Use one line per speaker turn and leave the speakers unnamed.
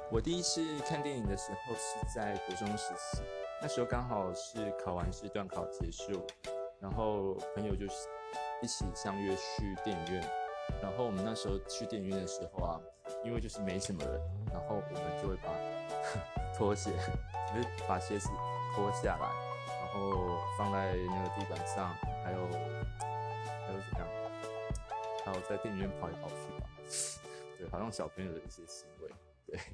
我第一次看电影的时候是在国中时期，那时候刚好是考完试，段考结束，然后朋友就是一起相约去电影院。然后我们那时候去电影院的时候啊，因为就是没什么人，然后我们就会把拖鞋，就是把鞋子脱下来，然后放在那个地板上，还有怎样，还有在电影院跑来跑去吧。对，好像小朋友的一些行为。对。